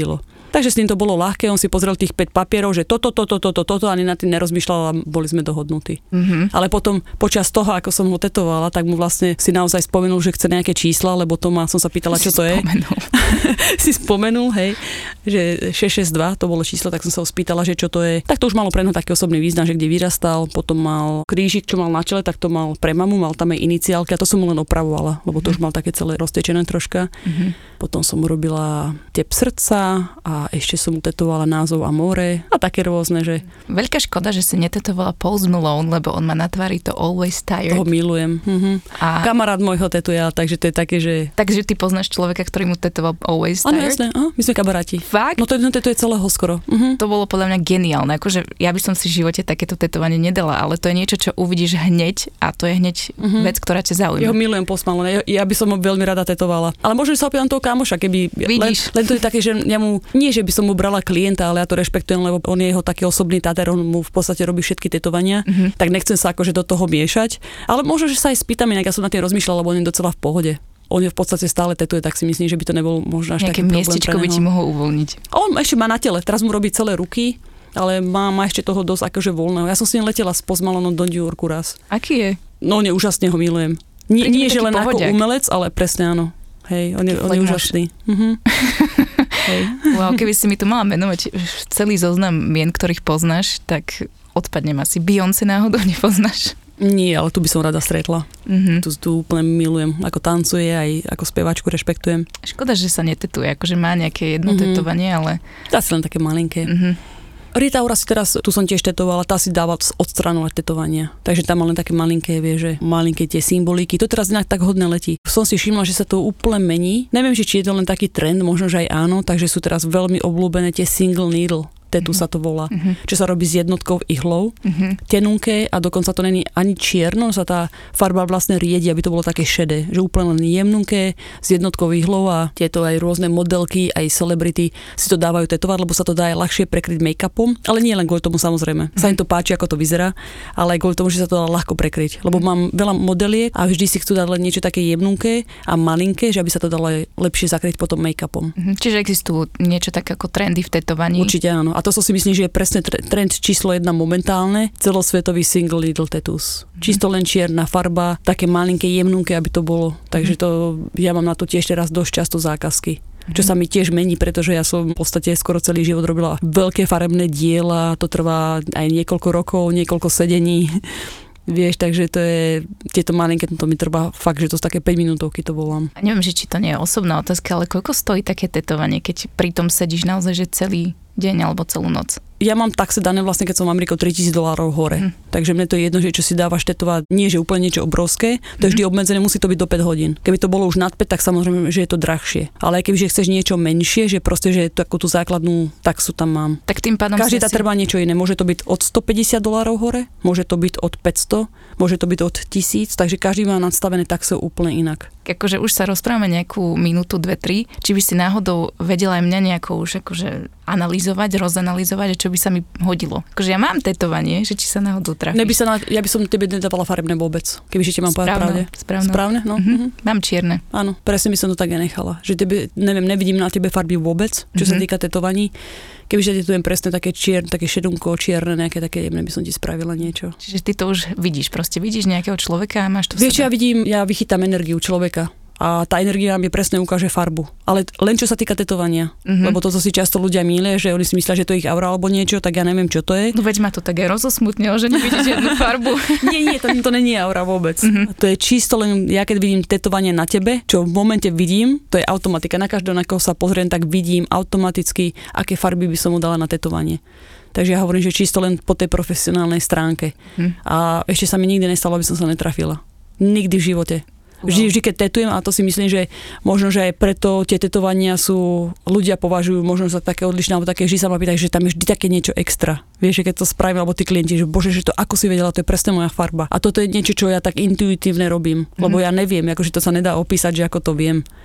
Speaker 3: Takže s ním to bolo ľahké, on si pozrel tých päť papierov, že toto, toto, toto, toto, ani na tým nerozmýšľal a boli sme dohodnutí. Mm-hmm. Ale potom počas toho, ako som ho tetovala, tak mu vlastne si naozaj spomenul, že chce nejaké čísla, lebo to ma, som sa pýtala, čo to
Speaker 2: spomenul.
Speaker 3: je. si spomenul, hej, že šesť šesť dva, to bolo číslo, tak som sa ho spýtala, že čo to je. Tak to už malo pre neho taký osobný význam, že kde vyrastal, potom mal krížik, čo mal na čele, tak to mal pre mamu, mal tam aj iniciálky a to som mu len opravovala, lebo to už mal také celé roztečené troška. Mm-hmm. Potom som robila tep srdca a ešte som mu tetovala názov Amore a také rôzne, že...
Speaker 2: Veľká škoda, že si netetovala Post Malone, lebo on má na tvári to Always Tired.
Speaker 3: Toho milujem. Mhm. A... Kamarát môj ho tetuje, takže to je také, že...
Speaker 2: Takže ty poznáš človeka, ktorý mu tetoval Always Tired?
Speaker 3: Áno, jasné, aha, my sme kamaráti.
Speaker 2: Fakt?
Speaker 3: No to jedno tetuje celého skoro. Mhm.
Speaker 2: To bolo podľa mňa geniálne, akože ja by som si v živote takéto tetovanie nedala, ale to je niečo, čo uvidíš hneď a to je hneď mhm. vec, ktorá ťa zaujíma.
Speaker 3: Ja ho milujem Post Malone, ja, ja by som ho veľmi rada tetovala. Ale možno sa opýtam toho kamoša, keby... Len, len to je také, že ja mu... Nie, že by som mu brala klienta, ale ja to rešpektujem, lebo on je jeho taký osobný táter, on mu v podstate robí všetky tetovania, mm-hmm. tak nechcem sa akože do toho miešať. Ale možno, že sa aj spýtam, inak ja som na tým rozmýšľala, lebo on je docela v pohode. On je v podstate stále tetuje, tak si myslím, že by to nebol možno až
Speaker 2: nejaké
Speaker 3: taký problém pre neho.
Speaker 2: Nejaké miestečko by ti mohol uvoľniť.
Speaker 3: On ešte má na tele, teraz mu robí celé ruky, ale má, má ešte toho dosť akože voľného. Ja som s ním letela s Post Malonom do New Yorku raz.
Speaker 2: Aký je?
Speaker 3: No, ne, úžasne ho milujem. Nie, nie že len pohodiak. Ako umelec, ale presne áno. Hej, on je, on je úžasný. Mhm.
Speaker 2: Hej. Wow, keby si mi tu mala menovať celý zoznam mien, ktorých poznáš, tak odpadnem asi. Beyoncé náhodou nepoznáš?
Speaker 3: Nie, ale tu by som rada stretla. Mm-hmm. Tu, tu úplne milujem, ako tancuje, aj ako speváčku rešpektujem.
Speaker 2: Škoda, že sa netetuje, akože má nejaké jedno mm-hmm. tetovanie, ale...
Speaker 3: Dá si len také malinké. Mm-hmm. Rita Ora si teraz, tu som tiež tetovala, tá si dáva odstraňovať tetovania. Takže tam má len také malinké, vie, že malinké tie symboliky. To teraz inak tak hodne letí. Som si všimla, že sa to úplne mení. Neviem, či je to len taký trend, možno, že aj áno, takže sú teraz veľmi obľúbené tie single needle. Tetu mm-hmm. sa to volá, mm-hmm. čo sa robí s jednotkou ihlou, mm-hmm. tenunké a dokonca to není ani čierno, sa tá farba vlastne riedi, aby to bolo také šedé, že úplne len jemnunké s jednotkou ihlou a tieto aj rôzne modelky, aj celebrity si to dávajú tetovať, lebo sa to dá aj ľahšie prekryť make-upom, ale nie len kvôli tomu samozrejme. Mm-hmm. Sa im to páči, ako to vyzerá, ale aj kvôli tomu, že sa to dá ľahko prekryť, lebo mám veľa modeliek a vždy si chcú dať len niečo také jemnunké a malinké, že aby sa to dalo aj lepšie zakryť potom make-upom.
Speaker 2: Mm-hmm. Čiže existujú niečo také ako trendy v tetovaní?
Speaker 3: Určite áno. A to som si myslím, že je presne trend číslo jedna momentálne, celosvetový single needle tattoos. Mm. Čisto len čierna farba, také malinké, jemnunké, aby to bolo. Takže to, ja mám na to tiež teraz dosť často zákazky. Mm. Čo sa mi tiež mení, pretože ja som v podstate skoro celý život robila veľké farebné diela, to trvá aj niekoľko rokov, niekoľko sedení. Vieš, takže to je, tieto malinké, to mi trvá fakt, že to sú také päť minútovky, to volám.
Speaker 2: A neviem, že či to nie je osobná otázka, ale koľko stojí také tetovanie, keď pri tom sedíš naozaj, že celý deň alebo celú noc?
Speaker 3: Ja mám taxe dané vlastne, keď som v Amerike tritisíc dolárov hore. Hm. Takže mne to je jedno, že čo si dávaš tetovať, nie že úplne niečo obrovské, to je vždy obmedzené, musí to byť do päť hodín. Keby to bolo už nad päť, tak samozrejme, že je to drahšie. Ale aj keby že chceš niečo menšie, že proste, že takú tú základnú taxu tam mám.
Speaker 2: Tak tým pádom
Speaker 3: každý tá
Speaker 2: si...
Speaker 3: trvá niečo iné. Môže to byť od stopäťdesiat dolárov hore, môže to byť od päťsto, môže to byť od tisíc, takže každý má nastavené taxou úplne inak.
Speaker 2: Akože už sa rozprávame nejakú minútu, dve, tri, či by si náhodou vedela aj mňa nejako už akože analyzovať, rozanalizovať, čo by sa mi hodilo. Akože ja mám tetovanie, že či sa náhodou trafíš.
Speaker 3: Neby sa na, ja by som tebe nedávala farebné vôbec, keby ti mám povedať pravde.
Speaker 2: Správne.
Speaker 3: Správne, no.
Speaker 2: Mm-hmm. Mm-hmm. Mám čierne.
Speaker 3: Áno, presne by som to tak nenechala. Že tebe, neviem, nevidím na tebe farby vôbec, čo mm-hmm. sa týka tetovaní. Kebyže tetujem presne také čierne, také šedunko, čierne, nejaké také jemné, by som ti spravila niečo.
Speaker 2: Čiže ty to už vidíš, proste vidíš nejakého človeka a máš to v sebe.
Speaker 3: Vieš, ja vidím, ja vychytám energiu človeka. A tá energia mi presne ukáže farbu. Ale len čo sa týka tetovania. Mm-hmm. Lebo toto si často ľudia mýlia, že oni si myslia, že to je ich aura alebo niečo, tak ja neviem, čo to je.
Speaker 2: No veď ma to tak aj rozosmutnilo, že nevidíš žiadnu farbu.
Speaker 3: nie, nie, to, to nie je aura vôbec. Mm-hmm. To je čisto len, ja keď vidím tetovanie na tebe, čo v momente vidím, to je automatika. Na každého, na koho sa pozriem, tak vidím automaticky, aké farby by som mu dala na tetovanie. Takže ja hovorím, že čisto len po tej profesionálnej stránke. Mm. A ešte sa mi nikdy nestalo, aby som sa netrafila. Nikdy v živote. Wow. Vždy, vždy, keď tetujem, a to si myslím, že možno, že aj preto tie tetovania sú, ľudia považujú možno za také odlišné, alebo také, vždy sa ma pýtajú, že tam je vždy také niečo extra. Vieš, že keď to spravím, alebo tí klienti, že bože, že to ako si vedela, to je presne moja farba. A toto je niečo, čo ja tak intuitívne robím, mm-hmm. lebo ja neviem, akože to sa nedá opísať, že ako to viem.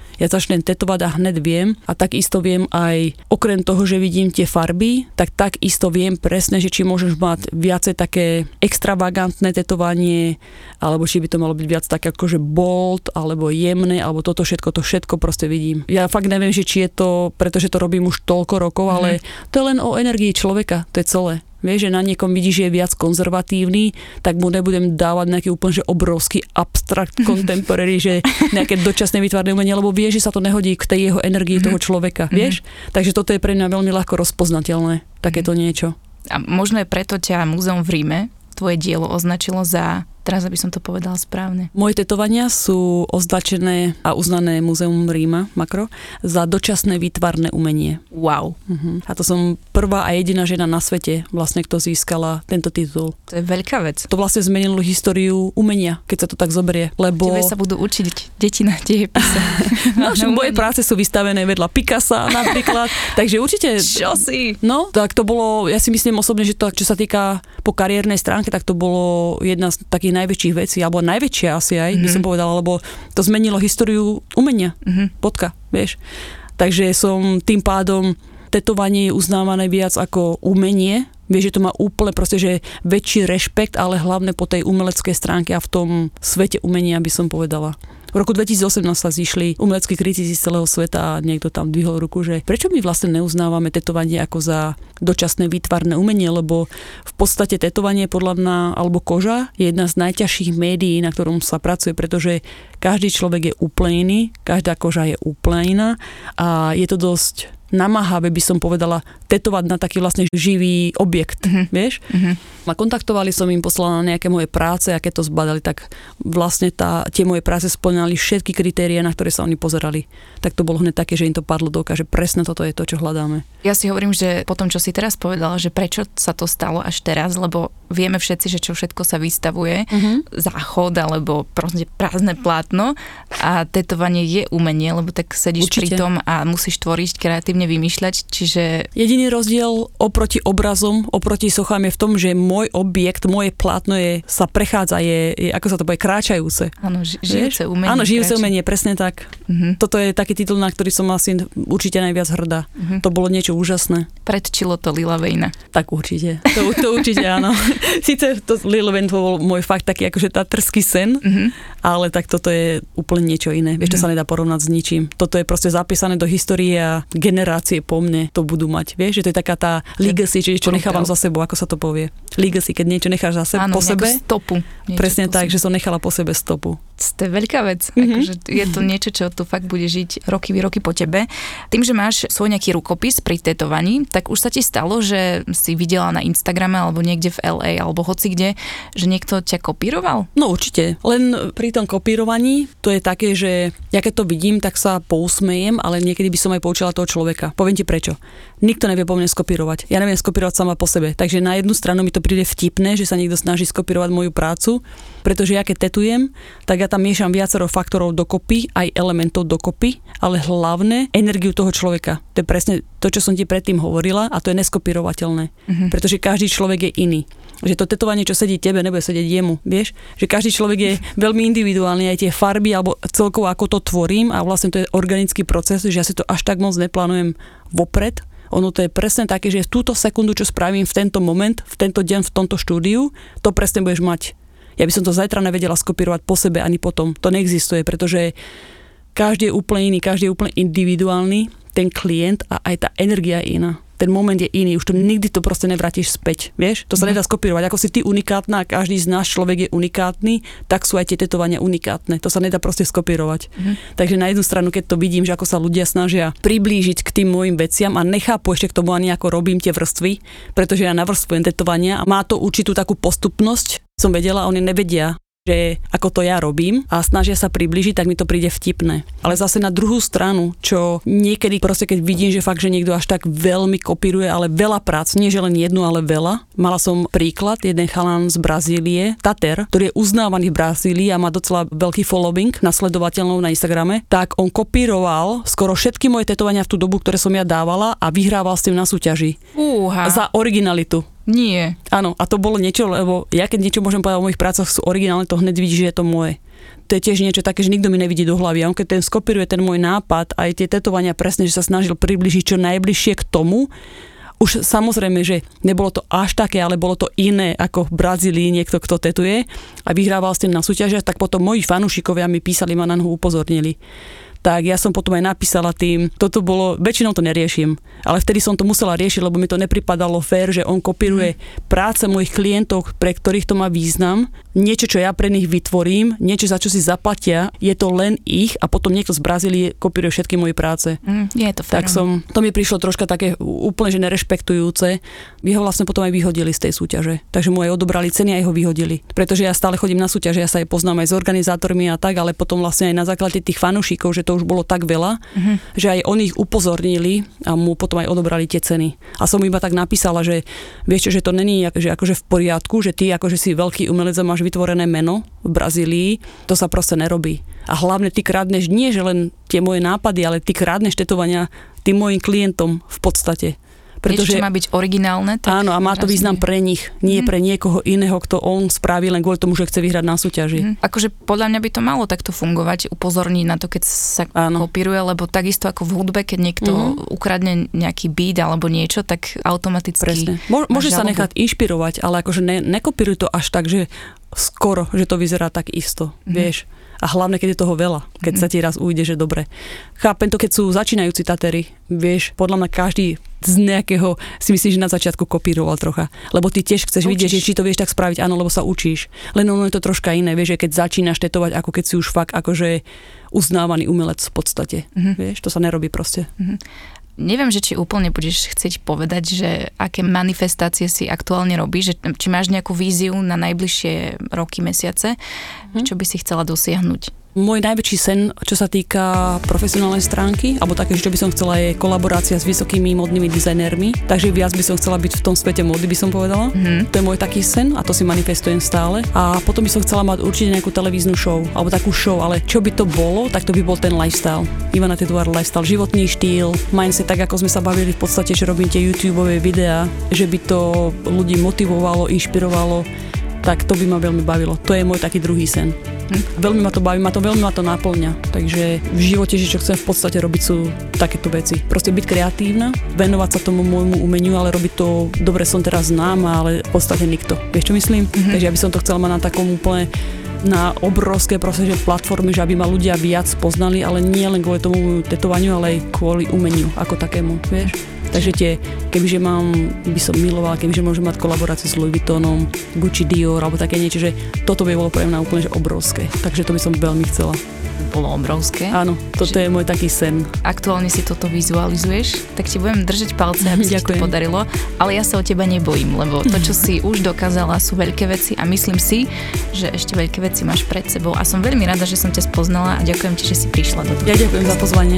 Speaker 3: Ja začnem tetovať a hned viem a takisto viem aj, okrem toho, že vidím tie farby, tak takisto viem presne, že či môžeš mať viacej také extravagantné tetovanie, alebo či by to malo byť viac také akože bold, alebo jemné, alebo toto všetko, to všetko proste vidím. Ja fakt neviem, že či je to, pretože to robím už toľko rokov, mm. ale to je len o energii človeka, to je celé. Vieš, že na niekom vidíš, že je viac konzervatívny, tak mu nebudem dávať nejaký úplne že obrovský abstrakt contemporary, že nejaké dočasné výtvarné umenie, lebo vieš, že sa to nehodí k tej jeho energii toho človeka, vieš? Takže toto je pre mňa veľmi ľahko rozpoznateľné, takéto niečo.
Speaker 2: A možno je preto ťa múzeum v Ríme, tvoje dielo označilo za, teraz aby som to povedala správne.
Speaker 3: Moje tetovania sú označené a uznané Múzeum Ríma, Makro, za dočasné výtvarné umenie.
Speaker 2: Wow.
Speaker 3: Uh-huh. A to som prvá a jediná žena na svete, vlastne, kto získala tento titul.
Speaker 2: To je veľká vec.
Speaker 3: To vlastne zmenilo históriu umenia, keď sa to tak zoberie, lebo...
Speaker 2: Tebe sa budú učiť deti na dejepise.
Speaker 3: No, však moje práce sú vystavené vedľa Picassa napríklad, takže určite...
Speaker 2: Čo si?
Speaker 3: No, tak to bolo, ja si myslím osobne, že to, čo sa týka po kariérnej stránke, tak to bolo jedna z takých najväčších vecí, alebo najväčšia asi aj, mm-hmm. by som povedala, lebo to zmenilo históriu umenia. Mm-hmm. Bodka, vieš. Takže som tým pádom, tetovanie je uznávané viac ako umenie. Vieš, že to má úplne proste, že väčší rešpekt, ale hlavne po tej umeleckej stránke a v tom svete umenia by som povedala. V roku dvetisícosemnásť sa zišli umeleckí kritici z celého sveta a niekto tam dvihol ruku, že prečo my vlastne neuznávame tetovanie ako za dočasné výtvarné umenie, lebo v podstate tetovanie podľa mňa, alebo koža je jedna z najťažších médií, na ktorom sa pracuje, pretože každý človek je úplne iný, každá koža je úplne iná a je to dosť namáhavé, by som povedala, tetovať na taký vlastne živý objekt, uh-huh. vieš? Uh-huh. A kontaktovali som im, poslala na nejaké moje práce a keď to zbadali, tak vlastne tá, tie moje práce spĺňali všetky kritéria, na ktoré sa oni pozerali. Tak to bolo hneď také, že im to padlo do oka, že presne toto je to, čo hľadáme.
Speaker 2: Ja si hovorím, že po tom, čo si teraz povedala, že prečo sa to stalo až teraz, lebo vieme všetci, že čo všetko sa vystavuje, uh-huh. záchod alebo proste prázdne plátno a tetovanie je umenie, lebo tak sedíš pri tom a musíš tvoriť, kreatívne vymýšľať, čiže...
Speaker 3: Jediný rozdiel oproti obrazom, oproti sochám je v tom, že môj objekt, moje plátno je, sa prechádza, je, je ako sa to povie, kráčajúce.
Speaker 2: Áno, ži- žijúce umenie.
Speaker 3: Áno, žijúce umenie, presne tak. Uh-huh. Toto je taký titul, na ktorý som asi určite najviac hrdá. Uh-huh. To bolo niečo úžasné.
Speaker 2: Predčilo to Lila Wayna.
Speaker 3: Tak určite. To, to určite áno. Sice to Lil Wayne to bol môj fakt taký akože tatrský sen, uh-huh. ale tak toto je úplne niečo iné. Vieš, to uh-huh. sa nedá porovnať s ničím. Toto je proste zapísané do histórie a generácie po mne to budú mať. Vieš, že to je taká tá legacy, čiže čo nechávam za sebou, ako sa to povie. Legacy, keď niečo necháš za sebou, po sebe.
Speaker 2: Stopu.
Speaker 3: Presne tak, že som nechala po sebe stopu.
Speaker 2: To je veľká vec. Mm-hmm. Akože je to niečo, čo tu fakt bude žiť roky, roky po tebe. Tým, že máš svoj nejaký rukopis pri tetovaní, tak už sa ti stalo, že si videla na Instagrame alebo niekde v el ej alebo hoci kde, že niekto ťa kopíroval?
Speaker 3: No určite. Len pri tom kopírovaní to je také, že ja keď to vidím, tak sa pousmejem, ale niekedy by som aj poučila toho človeka. Poviem ti prečo. Nikto nevie po mne skopírovať. Ja neviem skopírovať sama po sebe. Takže na jednu stranu mi to príde vtipné, že sa niekto snaží skopírovať moju prácu, pretože ja keď tetujem, tak ja tam miešam viacero faktorov dokopy, aj elementov dokopy, ale hlavne energiu toho človeka. To je presne to, čo som ti predtým hovorila a to je neskopírovateľné. Uh-huh. Pretože každý človek je iný. Že to tetovanie, čo sedí tebe, nebude sedieť jemu, vieš? Že každý človek je veľmi individuálny, aj tie farby, alebo celkovo ako to tvorím a vlastne to je organický proces, že ja si to až tak moc neplánujem vopred. Ono to je presne také, že v túto sekundu, čo spravím v tento moment, v tento deň, v tomto štúdiu, to presne budeš mať. Ja by som to zajtra nevedela skopírovať po sebe ani potom. To neexistuje, pretože každý je úplne iný, každý je úplne individuálny, ten klient a aj tá energia je iná. Ten moment je iný, už to nikdy to proste nevrátiš späť, vieš? To sa nedá skopírovať. Ako si ty unikátna a každý z nás človek je unikátny, tak sú aj tie tetovania unikátne. To sa nedá proste skopírovať. Mm. Takže na jednu stranu, keď to vidím, že ako sa ľudia snažia priblížiť k tým mojim veciam a nechápu ešte k tomu ani ako robím tie vrstvy, pretože ja navrstvujem tetovania a má to určitú takú postupnosť. Som vedela, oni nevedia, že ako to ja robím a snažia sa priblížiť, tak mi to príde vtipné. Ale zase na druhú stranu, čo niekedy proste keď vidím, že fakt, že niekto až tak veľmi kopíruje, ale veľa prác, nie že len jednu, ale veľa. Mala som príklad, jeden chalan z Brazílie, Tater, ktorý je uznávaný v Brazílii a má docela veľký following na sledovateľov na Instagrame, tak on kopíroval skoro všetky moje tetovania v tú dobu, ktoré som ja dávala a vyhrával s tým na súťaži.
Speaker 2: Fúha.
Speaker 3: Za originalitu.
Speaker 2: Nie.
Speaker 3: Áno, a to bolo niečo, lebo ja keď niečo môžem povedať o mojich prácach sú originálne, to hneď vidíš, že je to moje. To je tiež niečo také, že nikto mi nevidí do hlavy. A on keď ten skopíruje ten môj nápad, aj tie tetovania presne, že sa snažil približiť čo najbližšie k tomu, už samozrejme, že nebolo to až také, ale bolo to iné ako v Brazílii niekto, kto tetuje a vyhrával s tým na súťažiach, tak potom moji fanúšikovia mi písali, ma na nohu upozornili. Tak ja som potom aj napísala tým, toto bolo, väčšinou to neriešim, ale vtedy som to musela riešiť, lebo mi to nepripadalo fér, že on kopíruje mm. práce mojich klientov, pre ktorých to má význam, niečo, čo ja pre nich vytvorím, niečo, za čo si zaplatia, je to len ich a potom niekto z Brazílie kopíruje všetky moje práce.
Speaker 2: Mm, je to fér.
Speaker 3: Tak som, to mi prišlo troška také úplne, že nerešpektujúce. Jeho vlastne potom aj vyhodili z tej súťaže. Takže mu aj odobrali ceny a aj ho vyhodili. Pretože ja stále chodím na súťaže, ja sa aj poznám aj s organizátormi a tak, ale potom vlastne aj na základe tých fanúšikov, že to už bolo tak veľa, mm-hmm. že aj oni ich upozornili a mu potom aj odobrali tie ceny. A som iba tak napísala, že vieš čo, že to není že akože v poriadku, že ty akože si veľký umelec a máš vytvorené meno v Brazílii, to sa proste nerobí. A hlavne ty krádneš nie, že len tie moje nápady, ale ty krádneš tetovania tým mojim klientom v podstate.
Speaker 2: Pretože má byť originálne. Tak
Speaker 3: áno, a má to význam pre nich, nie mm. pre niekoho iného, kto on spraví len kvôli tomu, že chce vyhrať na súťaži.
Speaker 2: Mm. Akože podľa mňa by to malo takto fungovať, upozorniť na to, keď sa áno. kopíruje, lebo takisto ako v hudbe, keď niekto mm. ukradne nejaký beat alebo niečo, tak automaticky...
Speaker 3: Presne. Môže sa nechať inšpirovať, ale akože ne, nekopíruj to až tak, že skoro, že to vyzerá tak isto, mm. vieš. A hlavne, keď je toho veľa, keď mm. sa ti raz ujde, že dobre. Chápem to, keď sú začínajúci tatéri, vieš, podľa mňa každý z nejakého si myslíš, že na začiatku kopíroval trocha. Lebo ty tiež chceš učíš. vidieť, že či to vieš tak spraviť, áno, lebo sa učíš. Len ono je to troška iné, vieš, že keď začínaš tetovať, ako keď si už fakt akože uznávaný umelec v podstate. Mm. Vieš, to sa nerobí proste.
Speaker 2: Mm. Neviem, že či úplne budeš chcieť povedať, že aké manifestácie si aktuálne robíš, že či máš nejakú víziu na najbližšie roky, mesiace, hm. čo by si chcela dosiahnuť?
Speaker 3: Môj najväčší sen, čo sa týka profesionálnej stránky, alebo také, čo by som chcela, je kolaborácia s vysokými modnými dizajnérmi, takže viac by som chcela byť v tom svete módy, by som povedala. Mm-hmm. To je môj taký sen a to si manifestujem stále. A potom by som chcela mať určite nejakú televíznu show, alebo takú show, ale čo by to bolo, tak to by bol ten lifestyle. Ivana Tetuár lifestyle, životný štýl, mindset, tak ako sme sa bavili v podstate, že robím tie YouTubeové videá, že by to ľudí motivovalo, inšpirovalo, tak to by ma veľmi bavilo. To je môj taký druhý sen. Hm. Veľmi ma to baví, ma to veľmi ma to náplňa. Takže v živote, že čo chcem v podstate robiť, sú takéto veci. Proste byť kreatívna, venovať sa tomu môjmu umeniu, ale robiť to, dobre som teraz známa, ale v podstate nikto. Vieš, čo myslím? Mm-hmm. Takže ja by som to chcela mať na takom úplne na obrovské proste, že platformy, že aby ma ľudia viac poznali, ale nie len kvôli tomu tetovaniu, ale aj kvôli umeniu ako takému, vieš? Takže tie, kebyže mám, by som milovala, kebyže môžem mať kolaboráciu s Louis Vuittonom, Gucci, Dior, alebo také niečo, že toto by bolo pre mňa úplne že obrovské. Takže to by som veľmi chcela.
Speaker 2: Bolo obrovské.
Speaker 3: Áno, toto že je môj taký sen.
Speaker 2: Aktuálne si toto vizualizuješ, tak ti budem držať palce, aby si to podarilo, ale ja sa o teba nebojím, lebo to, čo si už dokázala, sú veľké veci a myslím si, že ešte veľké veci máš pred sebou a som veľmi rada, že som ťa spoznala a ďakujem ti, že si prišla do toho.
Speaker 3: Ja ďakujem za pozvanie.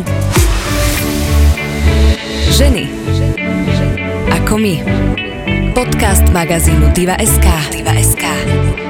Speaker 1: Ženy ako my. Podcast magazínu Diva bodka es ká. Diva bodka es ká.